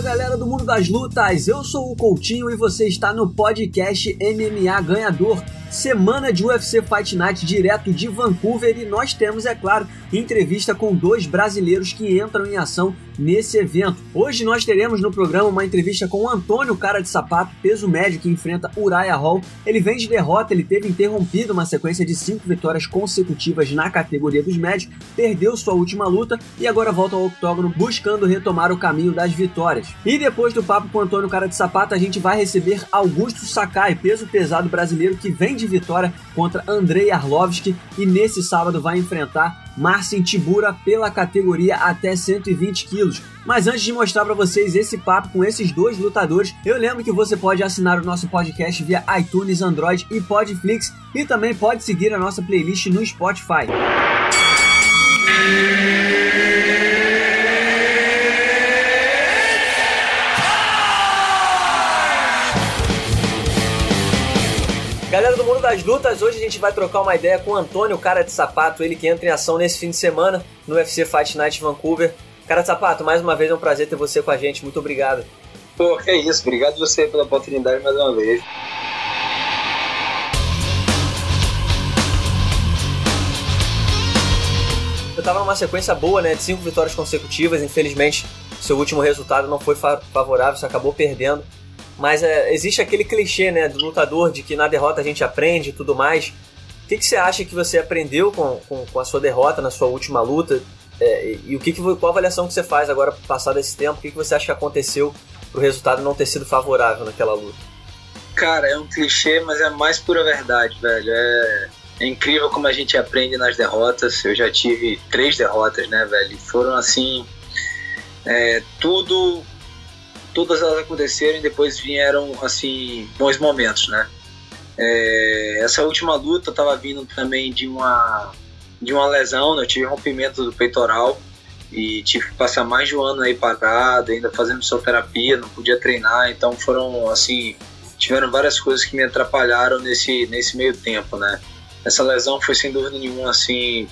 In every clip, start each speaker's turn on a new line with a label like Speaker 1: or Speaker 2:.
Speaker 1: Galera do mundo das lutas, eu sou o Coutinho e você está no podcast MMA Ganhador, semana de UFC Fight Night direto de Vancouver, e nós temos, é claro, entrevista com dois brasileiros que entram em ação nesse evento. Hoje nós teremos no programa uma entrevista com o Antônio Cara de Sapato, peso médio, que enfrenta Uriah Hall. Ele vem de derrota, ele teve interrompido uma sequência de 5 vitórias consecutivas na categoria dos médios, perdeu sua última luta e agora volta ao octógono buscando retomar o caminho das vitórias. E depois do papo com o Antônio Cara de Sapato, a gente vai receber Augusto Sakai, peso pesado brasileiro que vem de vitória contra Andrei Arlovski e nesse sábado vai enfrentar Marcin Tybura pela categoria até 120 quilos. Mas antes de mostrar para vocês esse papo com esses dois lutadores, eu lembro que você pode assinar o nosso podcast via iTunes, Android e Podflix, e também pode seguir a nossa playlist no Spotify. Galera do mundo das lutas, hoje a gente vai trocar uma ideia com o Antônio Cara de Sapato, ele que entra em ação nesse fim de semana no UFC Fight Night Vancouver. Cara de Sapato, mais uma vez é um prazer ter você com a gente, muito obrigado.
Speaker 2: Pô, que é isso, obrigado você pela oportunidade mais uma vez.
Speaker 1: Eu tava numa sequência boa, né, de 5 vitórias consecutivas, infelizmente seu último resultado não foi favorável, você acabou perdendo. Mas existe aquele clichê, né, do lutador de que na derrota a gente aprende e tudo mais. O que você acha que você aprendeu com a sua derrota na sua última luta? E qual a avaliação que você faz agora, passado esse tempo? O que você acha que aconteceu para o resultado não ter sido favorável naquela luta?
Speaker 2: Cara, é um clichê, mas é a mais pura verdade, velho. É incrível como a gente aprende nas derrotas. Eu já tive 3 derrotas, né, velho? E foram assim... Todas elas aconteceram e depois vieram, assim, bons momentos, né? Essa última luta eu tava vindo também de uma lesão, né? Eu tive rompimento do peitoral e tive que passar mais de um ano aí parado, ainda fazendo fisioterapia, não podia treinar, então foram, assim, tiveram várias coisas que me atrapalharam nesse meio tempo, né? Essa lesão foi, sem dúvida nenhuma, assim,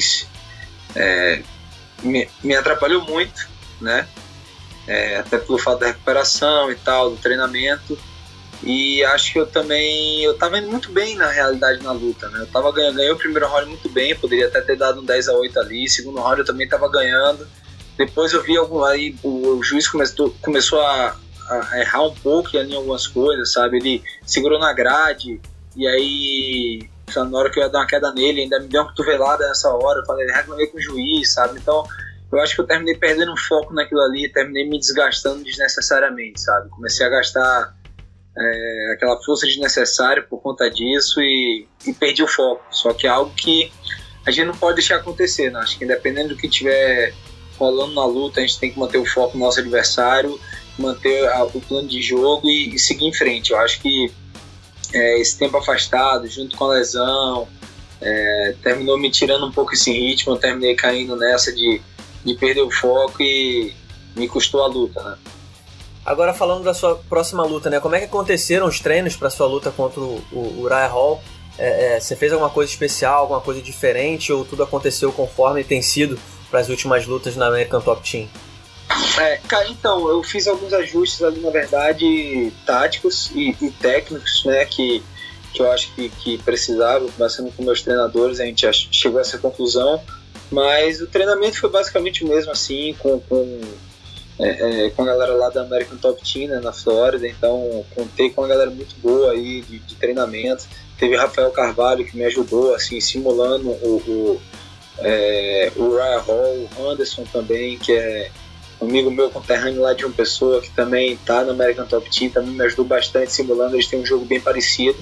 Speaker 2: me atrapalhou muito, né? Até pelo fato da recuperação e tal, do treinamento, e acho que eu tava indo muito bem na realidade na luta, né? Ganhei o primeiro round muito bem, poderia até ter dado um 10-8 ali, segundo round eu também tava ganhando, depois eu vi aí o juiz começou a errar um pouco em algumas coisas, sabe? Ele segurou na grade, e aí na hora que eu ia dar uma queda nele, ainda me deu uma cotovelada nessa hora, eu falei, reclamei com o juiz, sabe? Então eu acho que eu terminei perdendo foco naquilo ali, terminei me desgastando desnecessariamente, sabe? Comecei a gastar aquela força desnecessária por conta disso e perdi o foco. Só que é algo que a gente não pode deixar acontecer, né? Acho que independente do que estiver rolando na luta, a gente tem que manter o foco no nosso adversário, manter o plano de jogo e seguir em frente. Eu acho que esse tempo afastado, junto com a lesão, terminou me tirando um pouco esse ritmo, eu terminei caindo nessa de perder o foco e me custou a luta, né?
Speaker 1: Agora falando da sua próxima luta, né? Como é que aconteceram os treinos para sua luta contra o Uriah Hall? Você fez alguma coisa especial, alguma coisa diferente, ou tudo aconteceu conforme tem sido para as últimas lutas na American Top Team?
Speaker 2: Cara, então, eu fiz alguns ajustes ali, na verdade, táticos e técnicos, né? Que eu acho que precisava, conversando com meus treinadores, a gente chegou a essa conclusão. Mas o treinamento foi basicamente o mesmo, assim, com a galera lá da American Top Team, né, na Flórida. Então contei com uma galera muito boa aí de treinamento. Teve Rafael Carvalho que me ajudou, assim, simulando o Uriah Hall, o Anderson também, que é um amigo meu conterrâneo lá de uma pessoa que também tá na American Top Team, também me ajudou bastante simulando. Eles têm um jogo bem parecido.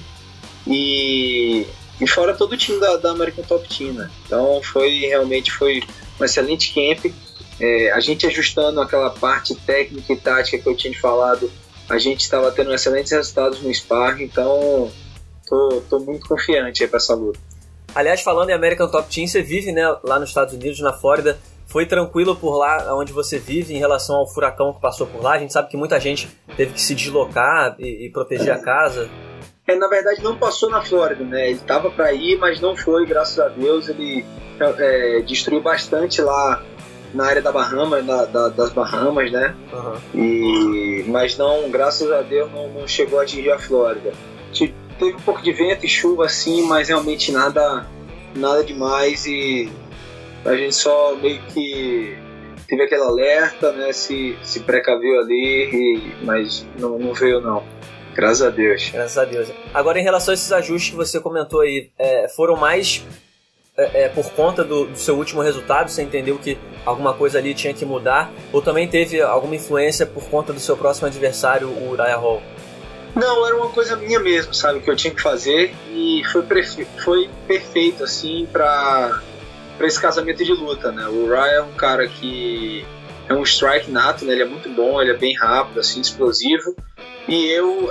Speaker 2: E fora todo o time da American Top Team, né? Então realmente foi um excelente camp. A gente ajustando aquela parte técnica e tática que eu tinha falado, a gente estava tendo excelentes resultados no sparring, então tô muito confiante aí para essa luta.
Speaker 1: Aliás, falando em American Top Team, você vive, né, lá nos Estados Unidos, na Flórida. Foi tranquilo por lá onde você vive em relação ao furacão que passou por lá? A gente sabe que muita gente teve que se deslocar e proteger a casa.
Speaker 2: Na verdade não passou na Flórida, né? Ele estava para ir, mas não foi, graças a Deus. Ele destruiu bastante lá na área da Bahamas, das Bahamas, né? Mas não, graças a Deus, não chegou a atingir a Flórida. Teve um pouco de vento e chuva assim, mas realmente nada demais, e a gente só meio que teve aquele alerta, né? Se precaveu ali, mas não veio não. Graças a Deus.
Speaker 1: Graças a Deus. Agora, em relação a esses ajustes que você comentou aí, foram mais por conta do seu último resultado? Você entendeu que alguma coisa ali tinha que mudar? Ou também teve alguma influência por conta do seu próximo adversário, o Uriah Hall?
Speaker 2: Não, era uma coisa minha mesmo, sabe, que eu tinha que fazer, e foi perfeito, assim, para esse casamento de luta, né? O Uriah é um cara que é um strike nato, né? Ele é muito bom, ele é bem rápido, assim, explosivo, e eu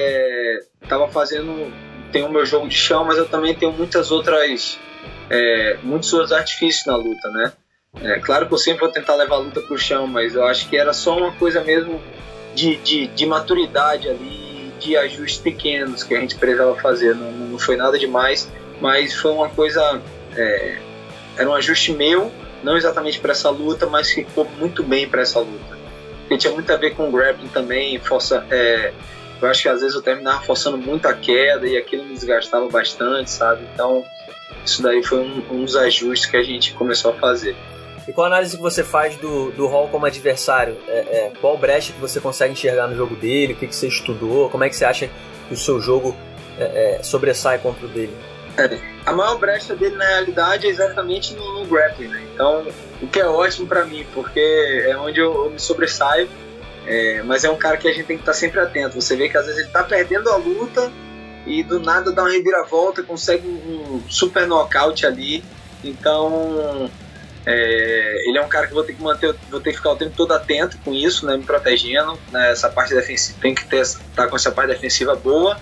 Speaker 2: tenho o meu jogo de chão, mas eu também tenho muitos outros artifícios na luta, né? Claro que eu sempre vou tentar levar a luta pro chão, mas eu acho que era só uma coisa mesmo de maturidade ali, de ajustes pequenos que a gente precisava fazer. Não foi nada demais, mas foi uma coisa, era um ajuste meu, não exatamente para essa luta, mas ficou muito bem para essa luta, porque tinha muito a ver com o grappling também, eu acho que às vezes eu terminava forçando muito a queda e aquilo me desgastava bastante, sabe? Então isso daí foi um dos ajustes que a gente começou a fazer.
Speaker 1: E qual a análise que você faz do Hall como adversário? Qual brecha que você consegue enxergar no jogo dele? O que você estudou? Como é que você acha que o seu jogo sobressai contra o dele?
Speaker 2: A maior brecha dele, na realidade, é exatamente no grappling, né? Então, o que é ótimo pra mim, porque é onde eu me sobressaio, mas é um cara que a gente tem que estar sempre atento. Você vê que às vezes ele tá perdendo a luta e do nada dá uma reviravolta, consegue um super nocaute ali. Então ele é um cara que vou ter que ficar o tempo todo atento com isso, né, me protegendo, né, essa parte defensiva, tem que estar com essa parte defensiva boa,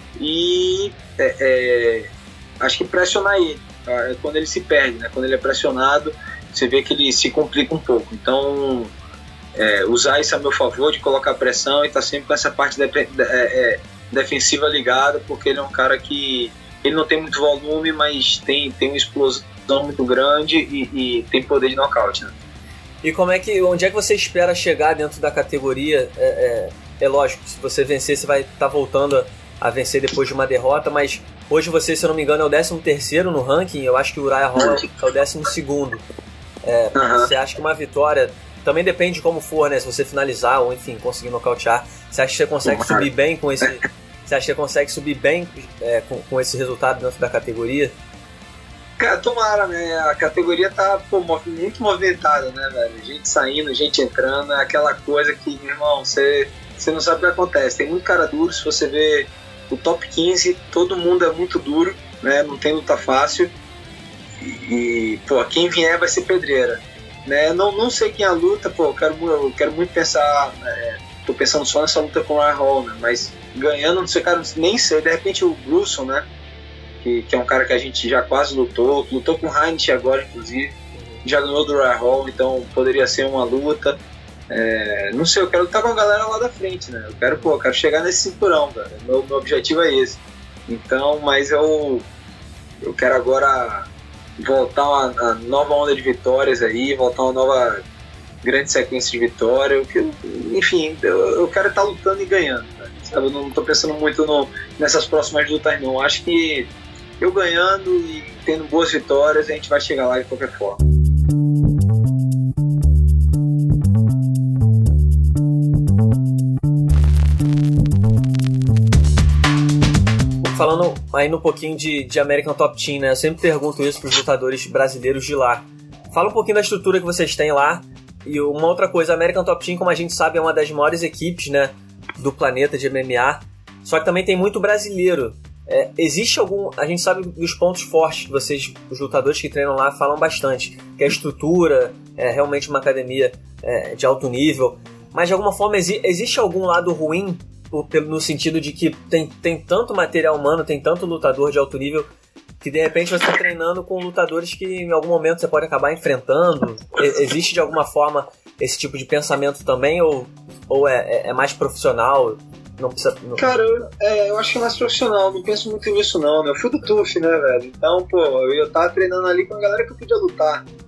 Speaker 2: e acho que pressionar ele quando ele se perde, né, quando ele é pressionado, você vê que ele se complica um pouco. Então usar isso a meu favor, de colocar pressão e estar sempre com essa parte defensiva ligada, porque ele é um cara que ele não tem muito volume, mas tem uma explosão muito grande e tem poder de nocaute, né?
Speaker 1: E onde é que você espera chegar dentro da categoria? É lógico, se você vencer, você vai estar voltando a vencer depois de uma derrota, mas hoje você, se eu não me engano, é o 13º no ranking. Eu acho que o Uriah Hall é o 12º. Você acha que uma vitória, também depende de como for, né? Se você finalizar ou, enfim, conseguir nocautear, você acha que você consegue subir bem com esse... Você acha que você consegue subir bem com esse resultado dentro da categoria?
Speaker 2: Cara, tomara, né? A categoria tá muito movimentada, né, velho? Gente saindo, gente entrando, é aquela coisa que, meu irmão, você não sabe o que acontece. Tem muito cara duro, se você vê o top 15, todo mundo é muito duro, né? Não tem luta fácil. E quem vier vai ser pedreira, né? Não sei quem é a luta, eu quero muito pensar, tô pensando só nessa luta com o Uriah Hall, né? Mas ganhando, não sei, cara, nem sei, de repente o Brunson, né? Que é um cara que a gente já quase lutou com o Heinrich agora, inclusive, já ganhou do Uriah Hall, então poderia ser uma luta. Não sei, eu quero lutar com a galera lá da frente, né? Eu quero chegar nesse cinturão, cara. Meu objetivo é esse. Então, mas eu quero agora voltar uma nova onda de vitórias aí, voltar uma nova grande sequência de vitória. Enfim, eu quero estar lutando e ganhando, né? Sabe? Eu não estou pensando muito nessas próximas lutas, não. Acho que eu ganhando e tendo boas vitórias, a gente vai chegar lá de qualquer forma.
Speaker 1: Falando ainda um pouquinho de American Top Team, né? Eu sempre pergunto isso para os lutadores brasileiros de lá. Fala um pouquinho da estrutura que vocês têm lá. E uma outra coisa, a American Top Team, como a gente sabe, é uma das maiores equipes, né, do planeta de MMA. Só que também tem muito brasileiro. Existe a gente sabe dos pontos fortes que vocês, os lutadores que treinam lá, falam bastante, que a estrutura é realmente uma academia de alto nível, mas de alguma forma existe algum lado ruim, no sentido de que tem tanto material humano, tem tanto lutador de alto nível, que de repente você está treinando com lutadores que em algum momento você pode acabar enfrentando? Existe de alguma forma esse tipo de pensamento também, ou é mais profissional? Não precisa, não...
Speaker 2: Cara, eu acho que é mais profissional, não penso muito nisso não, né? Eu fui do TUF, né, velho? Então, eu tava treinando ali com a galera que eu podia lutar.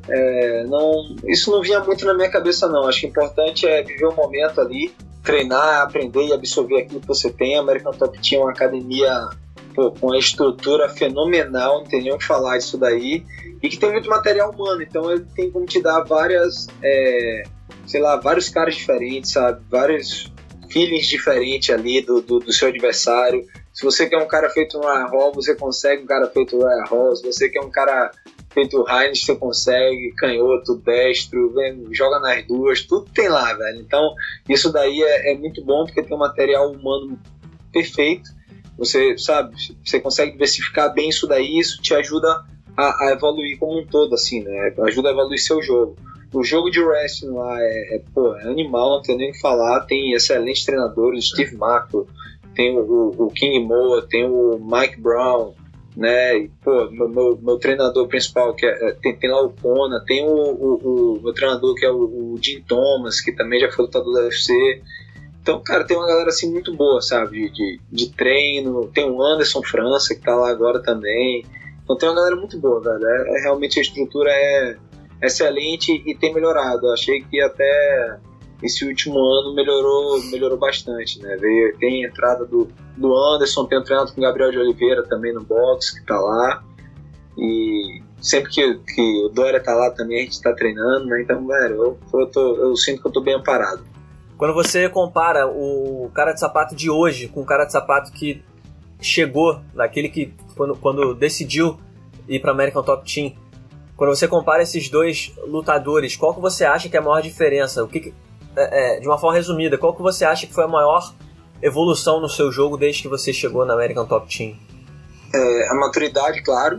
Speaker 2: Isso não vinha muito na minha cabeça, não. Acho que o importante é viver o momento ali, treinar, aprender e absorver aquilo que você tem. A American Top Team é uma academia com uma estrutura fenomenal, não tem nem o que falar disso daí, e que tem muito material humano, então ele tem como te dar vários caras diferentes, sabe? Vários feelings diferentes ali do seu adversário. Se você quer um cara feito no Ryan Hall, você consegue um cara feito no Ryan Hall. Se você quer um cara feito Heinz, você consegue, canhoto, destro, joga nas duas, tudo tem lá, velho. Então isso daí é muito bom, porque tem um material humano perfeito. Você sabe, você consegue diversificar bem isso daí, isso te ajuda a evoluir como um todo, assim, né? Ajuda a evoluir seu jogo. O jogo de wrestling lá é animal, não tem nem o que falar. Tem excelentes treinadores, Steve Macro, tem o King Moa, tem o Mike Brown, né? E, meu treinador principal, que tem lá o Kona, tem o meu treinador que é o Jim Thomas, que também já foi lutador da UFC. Então, cara, tem uma galera assim muito boa, sabe, de treino. Tem o Anderson França, que tá lá agora também. Então tem uma galera muito boa, velho. Realmente a estrutura é excelente e tem melhorado. Eu achei que até esse último ano melhorou bastante, né? Tem a entrada do Anderson, tem o treinado com o Gabriel de Oliveira também no boxe, que tá lá. E sempre que o Dória tá lá também a gente tá treinando, né? Então, velho, eu sinto que eu tô bem amparado.
Speaker 1: Quando você compara o cara de sapato de hoje com o cara de sapato que chegou, daquele que quando decidiu ir para American Top Team, quando você compara esses dois lutadores, qual que você acha que é a maior diferença? De uma forma resumida, qual que você acha que foi a maior evolução no seu jogo desde que você chegou na American Top Team?
Speaker 2: A maturidade, claro,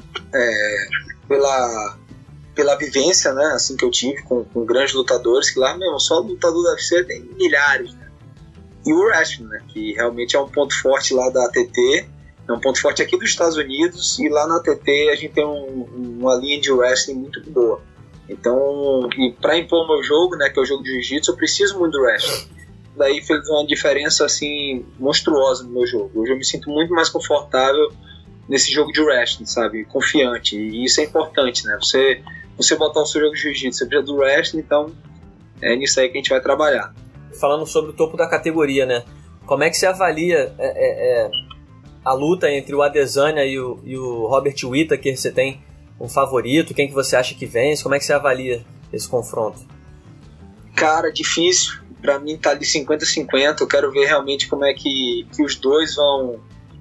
Speaker 2: pela vivência, né, assim, que eu tive com grandes lutadores, que lá mesmo, só lutador da UFC tem milhares, né? E o wrestling, né, que realmente é um ponto forte lá da ATT, é um ponto forte aqui dos Estados Unidos, e lá na ATT a gente tem uma linha de wrestling muito boa. Então, e para impor o meu jogo, né, que é o jogo de jiu-jitsu, eu preciso muito do wrestling. Daí fez uma diferença assim monstruosa no meu jogo. Hoje eu me sinto muito mais confortável nesse jogo de wrestling, sabe, confiante, e isso é importante, né, você botar o seu jogo de jiu-jitsu, você precisa do wrestling, então é nisso aí que a gente vai trabalhar.
Speaker 1: Falando sobre o topo da categoria, né, como é que você avalia a luta entre o Adesanya e o Robert Whittaker? Você tem um favorito? Quem que você acha que vence? Como é que você avalia esse confronto?
Speaker 2: Cara, difícil. Pra mim tá de 50-50. Eu quero ver realmente como é que os dois vão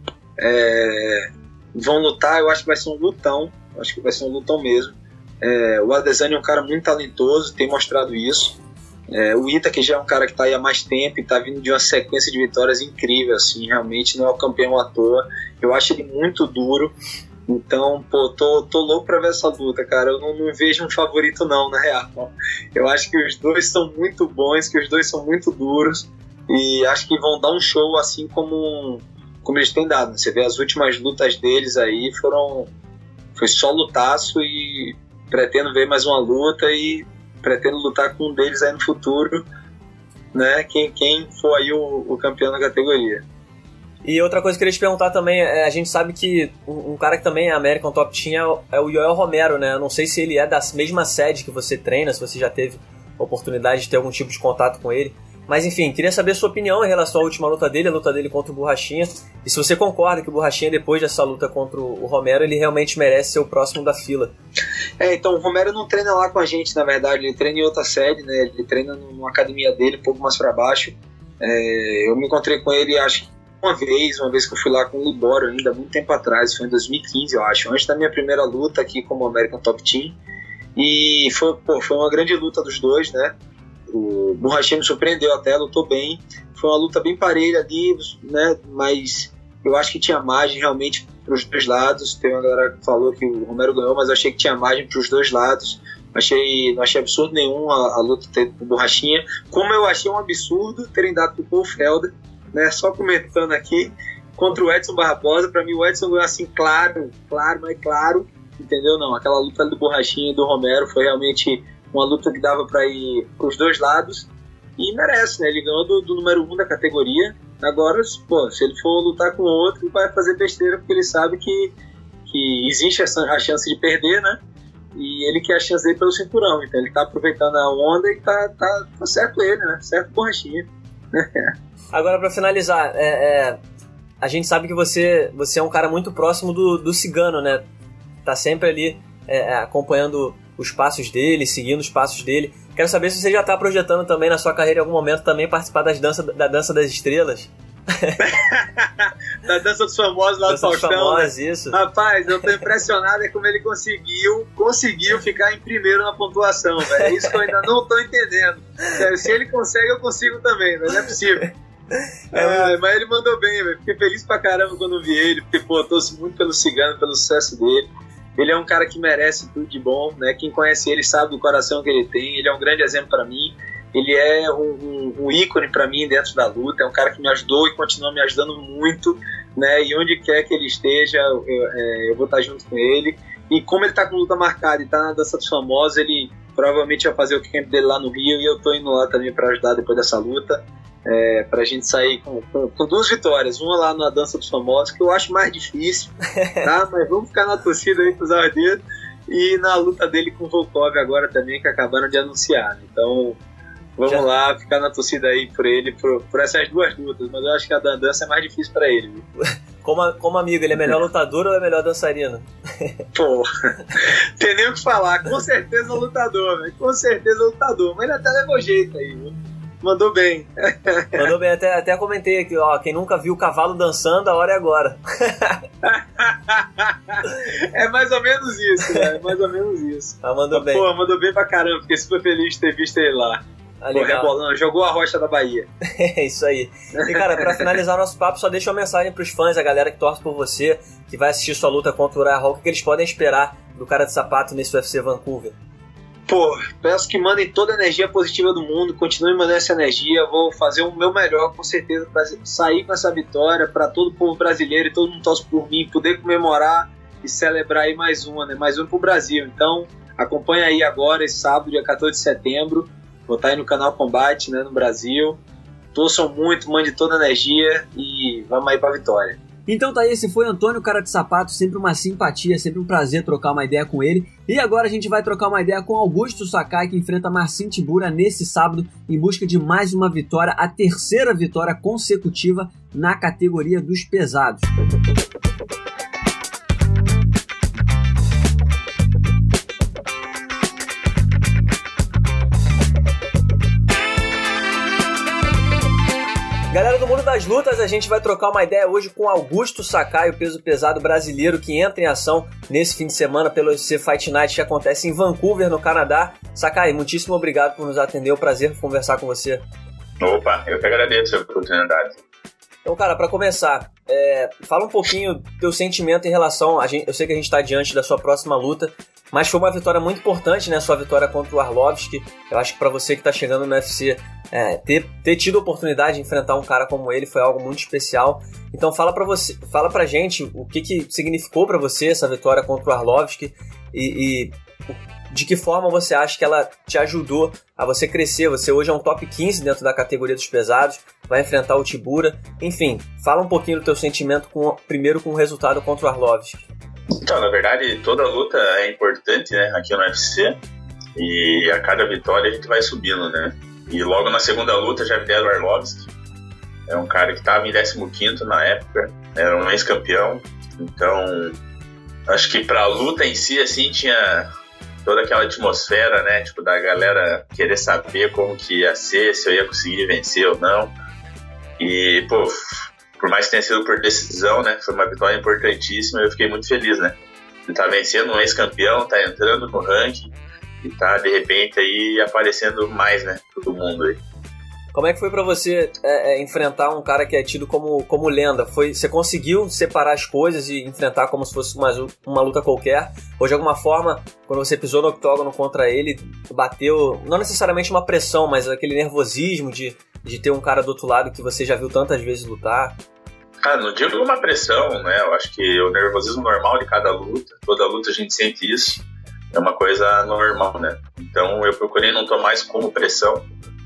Speaker 2: lutar. Eu acho que vai ser um lutão. Acho que vai ser um lutão mesmo. O Adesanya é um cara muito talentoso, tem mostrado isso. O Whittaker já é um cara que tá aí há mais tempo e tá vindo de uma sequência de vitórias incrível, assim, realmente não é o campeão à toa. Eu acho ele muito duro. Então, tô louco pra ver essa luta, cara. Eu não vejo um favorito não, na real. Eu acho que os dois são muito bons, que os dois são muito duros, e acho que vão dar um show assim como eles têm dado. Você vê as últimas lutas deles aí, foi só lutaço, e pretendo ver mais uma luta e pretendo lutar com um deles aí no futuro, né? Quem for aí o campeão da categoria.
Speaker 1: E outra coisa que eu queria te perguntar também, a gente sabe que um cara que também é American Top Team é o Yoel Romero, né? Eu não sei se ele é da mesma sede que você treina, se você já teve a oportunidade de ter algum tipo de contato com ele. Mas enfim, queria saber a sua opinião em relação à última luta dele, a luta dele contra o Borrachinha. E se você concorda que o Borrachinha, depois dessa luta contra o Romero, ele realmente merece ser o próximo da fila.
Speaker 2: Então o Romero não treina lá com a gente, na verdade. Ele treina em outra sede, né? Ele treina numa academia dele, um pouco mais pra baixo. Eu me encontrei com ele, acho que uma vez que eu fui lá com o Libório ainda, muito tempo atrás, foi em 2015, eu acho, antes da minha primeira luta aqui como American Top Team, e foi uma grande luta dos dois, né? O Borrachinha me surpreendeu até, lutou bem, foi uma luta bem parelha ali, né? Mas eu acho que tinha margem realmente para os dois lados. Tem uma galera que falou que o Romero ganhou, mas eu achei que tinha margem para os dois lados. Não achei absurdo nenhum a luta com o Borrachinha, como eu achei um absurdo terem dado para o Paul Felder, né, só comentando aqui, contra o Edson Barbosa. Para mim o Edson ganhou assim, claro, entendeu? Não, aquela luta do Borrachinha e do Romero foi realmente uma luta que dava para ir para os dois lados, e merece, né? Ele ganhou do número 1 da categoria. Agora, se ele for lutar com outro, vai fazer besteira, porque ele sabe que existe a chance de perder, né? E e ele quer a chance dele pelo cinturão, então ele tá aproveitando a onda e tá certo ele, né? Certo borrachinha.
Speaker 1: Agora, pra finalizar, a gente sabe que você é um cara muito próximo do Cigano, né? Tá sempre ali acompanhando os passos dele, seguindo os passos dele. Quero saber se você já tá projetando também na sua carreira em algum momento também participar da Dança das Estrelas.
Speaker 2: Da Dança dos Famosos lá do Faustão.
Speaker 1: Famosos, né? Isso.
Speaker 2: Rapaz, eu tô impressionado como ele conseguiu ficar em primeiro na pontuação, velho. É isso que eu ainda não tô entendendo. Se ele consegue, eu consigo também, mas não é possível. Mas ele mandou bem, velho. Fiquei feliz pra caramba quando vi ele, porque, pô, eu torço muito pelo Cigano, pelo sucesso dele. Ele é um cara que merece tudo de bom, né? Quem conhece ele sabe do coração que ele tem. Ele é um grande exemplo pra mim. Ele é um ícone pra mim dentro da luta. É um cara que me ajudou e continua me ajudando muito, né? E onde quer que ele esteja, eu vou estar junto com ele. E como ele tá com luta marcada e tá na Dança dos Famosos, ele provavelmente vai fazer o camp dele lá no Rio, e eu tô indo lá também pra ajudar depois dessa luta. Pra gente sair com 2 vitórias, uma lá na Dança dos Famosos, que eu acho mais difícil, tá? Mas vamos ficar na torcida aí com os dedos, e na luta dele com o Volkov agora também, que acabaram de anunciar. Então vamos lá, ficar na torcida aí por ele, por essas 2 lutas, mas eu acho que a dança é mais difícil pra ele, viu?
Speaker 1: Como amigo, ele é melhor lutador ou é melhor dançarino?
Speaker 2: Pô, tem nem o que falar, com certeza lutador, velho, com certeza lutador, mas ele até levou jeito aí, viu? Mandou bem.
Speaker 1: Mandou bem, até comentei aqui, ó, quem nunca viu o cavalo dançando, a hora é agora.
Speaker 2: É mais ou menos isso, né? Mais ou menos isso.
Speaker 1: Mandou bem.
Speaker 2: Pô, mandou bem pra caramba, fiquei super feliz de ter visto ele lá. Pô, rebolando, jogou a rocha da Bahia.
Speaker 1: É isso aí. E cara, pra finalizar nosso papo, só deixa uma mensagem pros fãs, a galera que torce por você, que vai assistir sua luta contra o Uriah Hall, o que eles podem esperar do cara de sapato nesse UFC Vancouver?
Speaker 2: Pô, peço que mandem toda a energia positiva do mundo, continuem mandando essa energia, vou fazer o meu melhor com certeza para sair com essa vitória, para todo o povo brasileiro e todo mundo torce por mim, poder comemorar e celebrar aí mais uma, né? Mais uma pro Brasil. Então, acompanha aí agora, esse sábado, dia 14 de setembro, vou estar aí no canal Combate, né, no Brasil. Torçam muito, mande toda a energia e vamos aí pra vitória.
Speaker 1: Então tá aí, esse foi Antônio Cara de Sapato, sempre uma simpatia, sempre um prazer trocar uma ideia com ele. E agora a gente vai trocar uma ideia com Augusto Sakai, que enfrenta Marcin Tybura nesse sábado em busca de mais uma vitória, a 3ª vitória consecutiva na categoria dos pesados. Galera do mundo das lutas, a gente vai trocar uma ideia hoje com Augusto Sakai, o peso pesado brasileiro que entra em ação nesse fim de semana pelo UFC Fight Night que acontece em Vancouver, no Canadá. Sakai, muitíssimo obrigado por nos atender, é um prazer conversar com você.
Speaker 3: Opa, eu que agradeço a oportunidade.
Speaker 1: Então, cara, para começar, fala um pouquinho do teu sentimento em relação... Eu sei que a gente está diante da sua próxima luta, mas foi uma vitória muito importante, né? Sua vitória contra o Arlovski. Eu acho que para você que está chegando no UFC, ter tido a oportunidade de enfrentar um cara como ele foi algo muito especial. Então fala pra gente o que significou para você essa vitória contra o Arlovski e de que forma você acha que ela te ajudou a você crescer. Você hoje é um top 15 dentro da categoria dos pesados, vai enfrentar o Tybura. Enfim, fala um pouquinho do teu sentimento primeiro com o resultado contra o Arlovski.
Speaker 3: Então, na verdade, toda luta é importante, né, aqui no UFC, e a cada vitória a gente vai subindo, né? E logo na segunda luta já me deram o Arlovski. É um cara que estava em 15º na época, era um ex-campeão. Então, acho que pra luta em si, assim, tinha toda aquela atmosfera, né, tipo, da galera querer saber como que ia ser, se eu ia conseguir vencer ou não. E, pô, por mais que tenha sido por decisão, né, foi uma vitória importantíssima e eu fiquei muito feliz, né. Ele tá vencendo um ex-campeão, tá entrando no ranking e tá, de repente, aí aparecendo mais, né, todo mundo aí.
Speaker 1: Como é que foi pra você enfrentar um cara que é tido como lenda? Você conseguiu separar as coisas e enfrentar como se fosse uma luta qualquer? Ou de alguma forma, quando você pisou no octógono contra ele, bateu, não necessariamente uma pressão, mas aquele nervosismo de ter um cara do outro lado que você já viu tantas vezes lutar?
Speaker 3: Cara, não digo uma pressão, né? Eu acho que o nervosismo normal de cada luta, toda luta a gente sente isso, é uma coisa normal, né? Então eu procurei não tomar isso como pressão,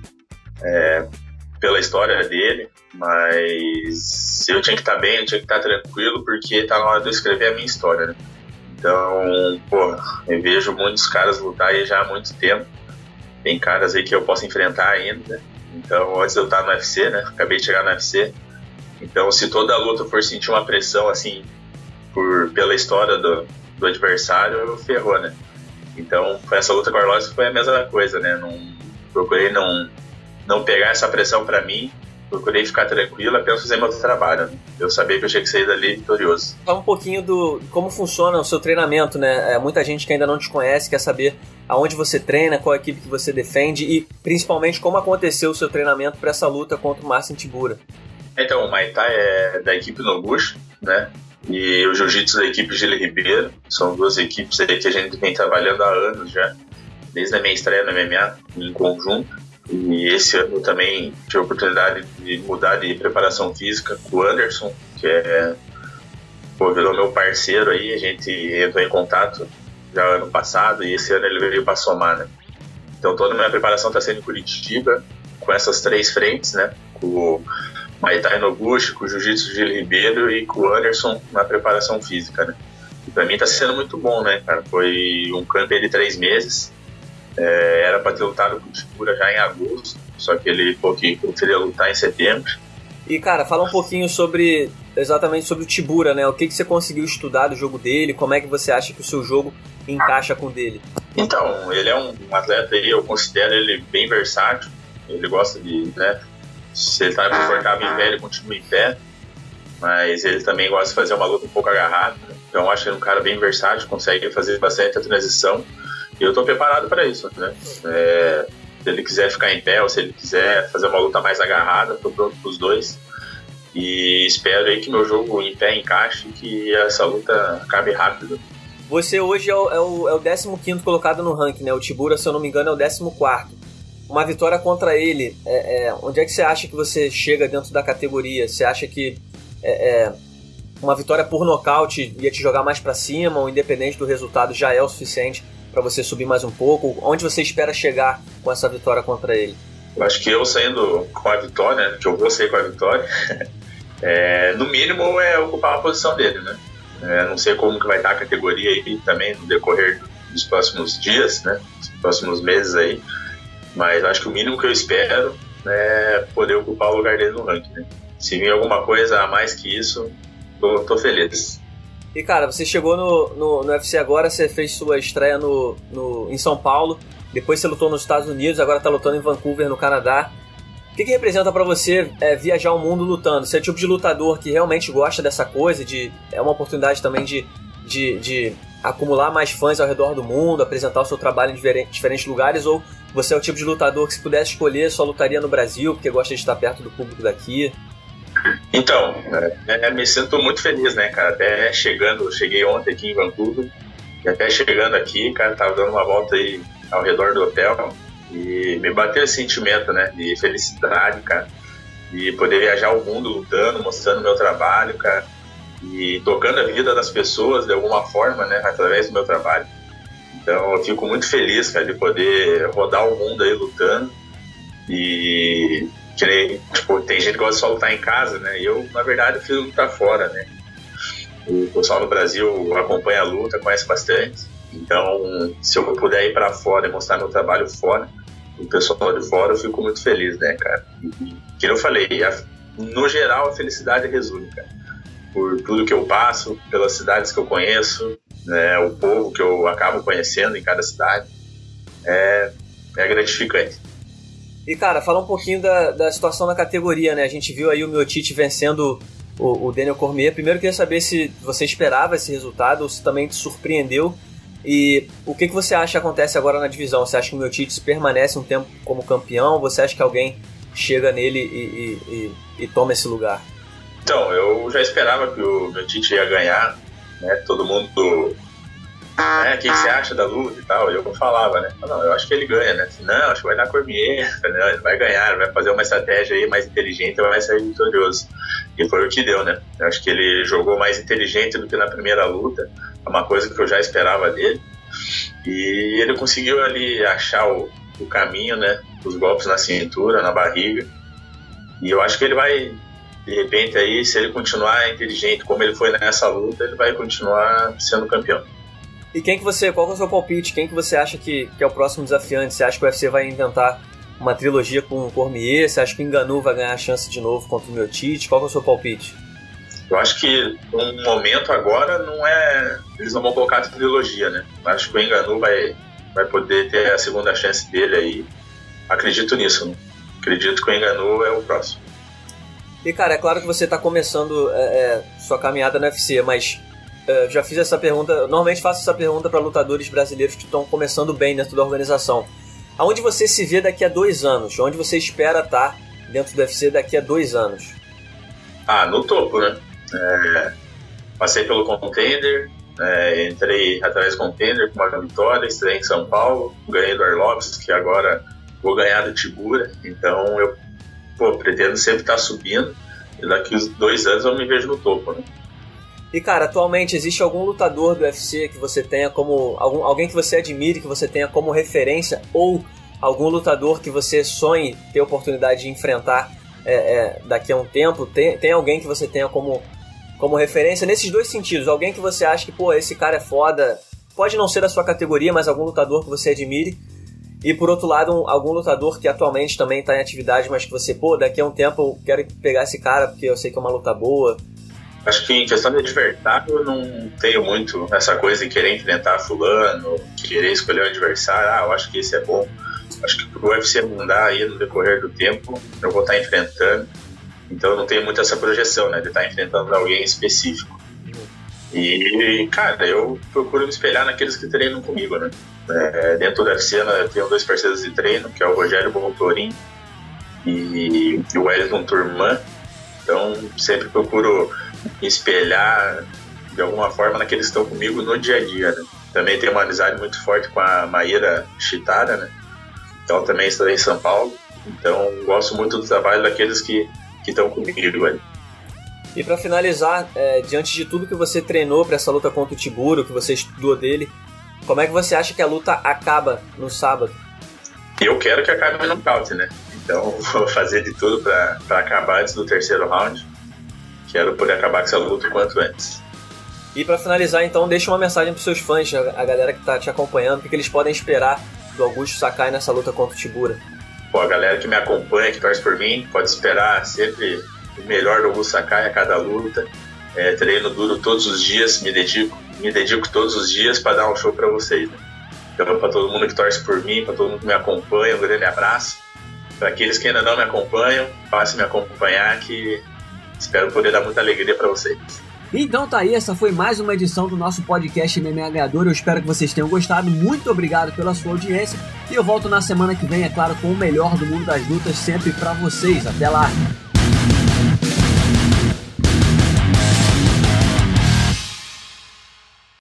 Speaker 3: pela história dele, mas eu tinha que estar bem, eu tinha que estar tranquilo, porque tá na hora de eu escrever a minha história, né? Então, pô, eu vejo muitos caras lutar aí já há muito tempo. Tem caras aí que eu posso enfrentar ainda. Então, antes de eu estar no UFC, né? Acabei de chegar no UFC. Então, se toda luta for sentir uma pressão, assim, pela história do adversário, ferrou, né? Então, essa luta com o Arlovski foi a mesma coisa, né? Procurei não pegar essa pressão pra mim. Procurei ficar tranquilo, apenas fazer meu trabalho, né? Eu sabia que eu tinha que sair dali vitorioso.
Speaker 1: Fala um pouquinho de como funciona o seu treinamento, né? Muita gente que ainda não te conhece quer saber aonde você treina, qual equipe que você defende e, principalmente, como aconteceu o seu treinamento para essa luta contra o Marcin Tybura.
Speaker 3: Então, o Muay Thai é da equipe Noguchi, né? E o Jiu-Jitsu da equipe Gili Ribeiro. São duas equipes aí que a gente vem trabalhando há anos já, desde a minha estreia no MMA, em conjunto. E esse ano também tive a oportunidade de mudar de preparação física com o Anderson, que virou meu parceiro aí. A gente entrou em contato já ano passado e esse ano ele veio para somar, né? Então toda a minha preparação está sendo em Curitiba, com essas 3 frentes, né? Com o Muay Thai Noguchi, com o Jiu-Jitsu Gili Ribeiro e com o Anderson na preparação física, né? E para mim está sendo muito bom, né, cara? Foi um camp de 3 meses. Era para ter lutado com o Tybura já em agosto, só que ele falou que preferia lutar em setembro.
Speaker 1: E, cara, fala um pouquinho exatamente sobre o Tybura, né? O que você conseguiu estudar do jogo dele, como é que você acha que o seu jogo encaixa com o dele?
Speaker 3: Então, ele é um atleta aí, eu considero ele bem versátil, ele gosta de, né, se ele tá confortável em pé, ele continua em pé, mas ele também gosta de fazer uma luta um pouco agarrada, né? Então eu acho ele um cara bem versátil, consegue fazer bastante a transição. E eu tô preparado para isso, né? Se ele quiser ficar em pé ou se ele quiser fazer uma luta mais agarrada, tô pronto pros dois. E espero aí que meu jogo em pé encaixe e que essa luta acabe rápido.
Speaker 1: Você hoje é o 15º colocado no ranking, né? O Tybura, se eu não me engano, é o 14º. Uma vitória contra ele, onde é que você acha que você chega dentro da categoria? Você acha que uma vitória por nocaute ia te jogar mais para cima, ou independente do resultado já é o suficiente para você subir mais um pouco? Onde você espera chegar com essa vitória contra ele?
Speaker 3: Eu acho que eu saindo com a vitória, que eu vou sair com a vitória, no mínimo ocupar a posição dele, né? Não sei como que vai estar a categoria aí também no decorrer dos próximos dias, né? Dos próximos meses aí, mas acho que o mínimo que eu espero é poder ocupar o lugar dele no ranking, né? Se vir alguma coisa a mais que isso, tô feliz.
Speaker 1: E, cara, você chegou no UFC agora, você fez sua estreia em São Paulo, depois você lutou nos Estados Unidos, agora tá lutando em Vancouver, no Canadá. O que representa pra você viajar o mundo lutando? Você é o tipo de lutador que realmente gosta dessa coisa, é uma oportunidade também de acumular mais fãs ao redor do mundo, apresentar o seu trabalho em diferentes lugares, ou você é o tipo de lutador que, se pudesse escolher, só lutaria no Brasil, porque gosta de estar perto do público daqui?
Speaker 3: Então, me sinto muito feliz, né, cara? Cheguei ontem aqui em Vancouver, e até chegando aqui, cara, tava dando uma volta aí ao redor do hotel, e me bateu esse sentimento, né, de felicidade, cara, de poder viajar o mundo lutando, mostrando meu trabalho, cara, e tocando a vida das pessoas de alguma forma, né, através do meu trabalho. Então, eu fico muito feliz, cara, de poder rodar o mundo aí lutando, e tem gente que gosta de só lutar em casa, né? E eu, na verdade, prefiro lutar fora, né? O pessoal no Brasil acompanha a luta, conhece bastante. Então, se eu puder ir para fora e mostrar meu trabalho fora, o pessoal de fora, eu fico muito feliz, né, cara? E, que eu falei, no geral, a felicidade resume, cara. Por tudo que eu passo, pelas cidades que eu conheço, né? O povo que eu acabo conhecendo em cada cidade. É gratificante.
Speaker 1: E, cara, fala um pouquinho da situação na categoria, né? A gente viu aí o Miocic vencendo o Daniel Cormier. Primeiro, eu queria saber se você esperava esse resultado ou se também te surpreendeu. E o que você acha que acontece agora na divisão? Você acha que o Miocic permanece um tempo como campeão? Você acha que alguém chega nele e toma esse lugar?
Speaker 3: Então, eu já esperava que o Miocic ia ganhar, né? Todo mundo... O que você acha da luta e tal? Eu falava, né? Não, eu acho que ele ganha, né? Não, acho que vai dar Cormier, não, ele vai ganhar, vai fazer uma estratégia aí mais inteligente e vai sair vitorioso. E foi o que deu, né? Eu acho que ele jogou mais inteligente do que na primeira luta, é uma coisa que eu já esperava dele. E ele conseguiu ali achar o caminho, né? Os golpes na cintura, na barriga. E eu acho que ele vai, de repente aí, se ele continuar inteligente como ele foi nessa luta, ele vai continuar sendo campeão.
Speaker 1: E qual é o seu palpite? Quem que você acha que é o próximo desafiante? Você acha que o UFC vai inventar uma trilogia com o Cormier? Você acha que o Ngannou vai ganhar a chance de novo contra o Miocic? Qual é o seu palpite?
Speaker 3: Eu acho que no momento agora não é... Eles não vão colocar a trilogia, né? Eu acho que o Ngannou vai poder ter a segunda chance dele aí. Acredito nisso, né? Acredito que o Ngannou é o próximo.
Speaker 1: E cara, é claro que você está começando sua caminhada no UFC, mas já fiz essa pergunta, normalmente faço essa pergunta para lutadores brasileiros que estão começando bem dentro da organização. Aonde você se vê daqui a 2 anos? Onde você espera estar dentro do UFC daqui a 2 anos?
Speaker 3: No topo, né? Passei pelo Contender, entrei atrás do Contender com uma vitória, estreiei em São Paulo, ganhei do Arlovski, que agora vou ganhar do Tibura, então eu pretendo sempre estar subindo, e daqui a 2 anos eu me vejo no topo, né?
Speaker 1: E cara, atualmente existe algum lutador do UFC que você tenha como... alguém que você admire, que você tenha como referência, ou algum lutador que você sonhe ter a oportunidade de enfrentar daqui a um tempo? Tem alguém que você tenha como referência nesses 2 sentidos? Alguém que você acha que, esse cara é foda, pode não ser da sua categoria, mas algum lutador que você admire. E por outro lado, algum lutador que atualmente também está em atividade, mas que você, daqui a um tempo eu quero pegar esse cara porque eu sei que é uma luta boa.
Speaker 3: Acho que em questão de adversário eu não tenho muito essa coisa de querer enfrentar fulano, querer escolher um adversário, eu acho que esse é bom. Acho que pro UFC mudar aí no decorrer do tempo, eu vou estar enfrentando. Então eu não tenho muito essa projeção, né, de estar enfrentando alguém específico. E, cara, eu procuro me espelhar naqueles que treinam comigo, né. Dentro do UFC eu tenho 2 parceiros de treino, que é o Rogério Bontorin e o Wellington Turman. Então sempre procuro me espelhar de alguma forma naqueles que estão comigo no dia a dia, né. Também tenho uma amizade muito forte com a Maíra Chitara, né. Então também estou em São Paulo. Então gosto muito do trabalho daqueles que estão comigo, velho.
Speaker 1: E para finalizar, diante de tudo que você treinou para essa luta contra o Tibura, que você estudou dele, como é que você acha que a luta acaba no sábado?
Speaker 3: Eu quero que acabe no nocaute, né? Então vou fazer de tudo para acabar antes do 3º round. Quero poder acabar com essa luta o quanto antes.
Speaker 1: E para finalizar, então, deixa uma mensagem para os seus fãs, a galera que está te acompanhando, o que eles podem esperar do Augusto Sakai nessa luta contra o Tibura.
Speaker 3: A galera que me acompanha, que torce por mim, pode esperar sempre o melhor do Augusto Sakai a cada luta. Treino duro todos os dias, me dedico todos os dias para dar um show para vocês, né? Então, para todo mundo que torce por mim, para todo mundo que me acompanha, um grande abraço. Para aqueles que ainda não me acompanham, passe a me acompanhar, que espero poder dar muita alegria para vocês.
Speaker 1: Então tá aí, essa foi mais uma edição do nosso podcast MMA Ganhador. Eu espero que vocês tenham gostado. Muito obrigado pela sua audiência. E eu volto na semana que vem, é claro, com o melhor do mundo das lutas, sempre pra vocês. Até lá!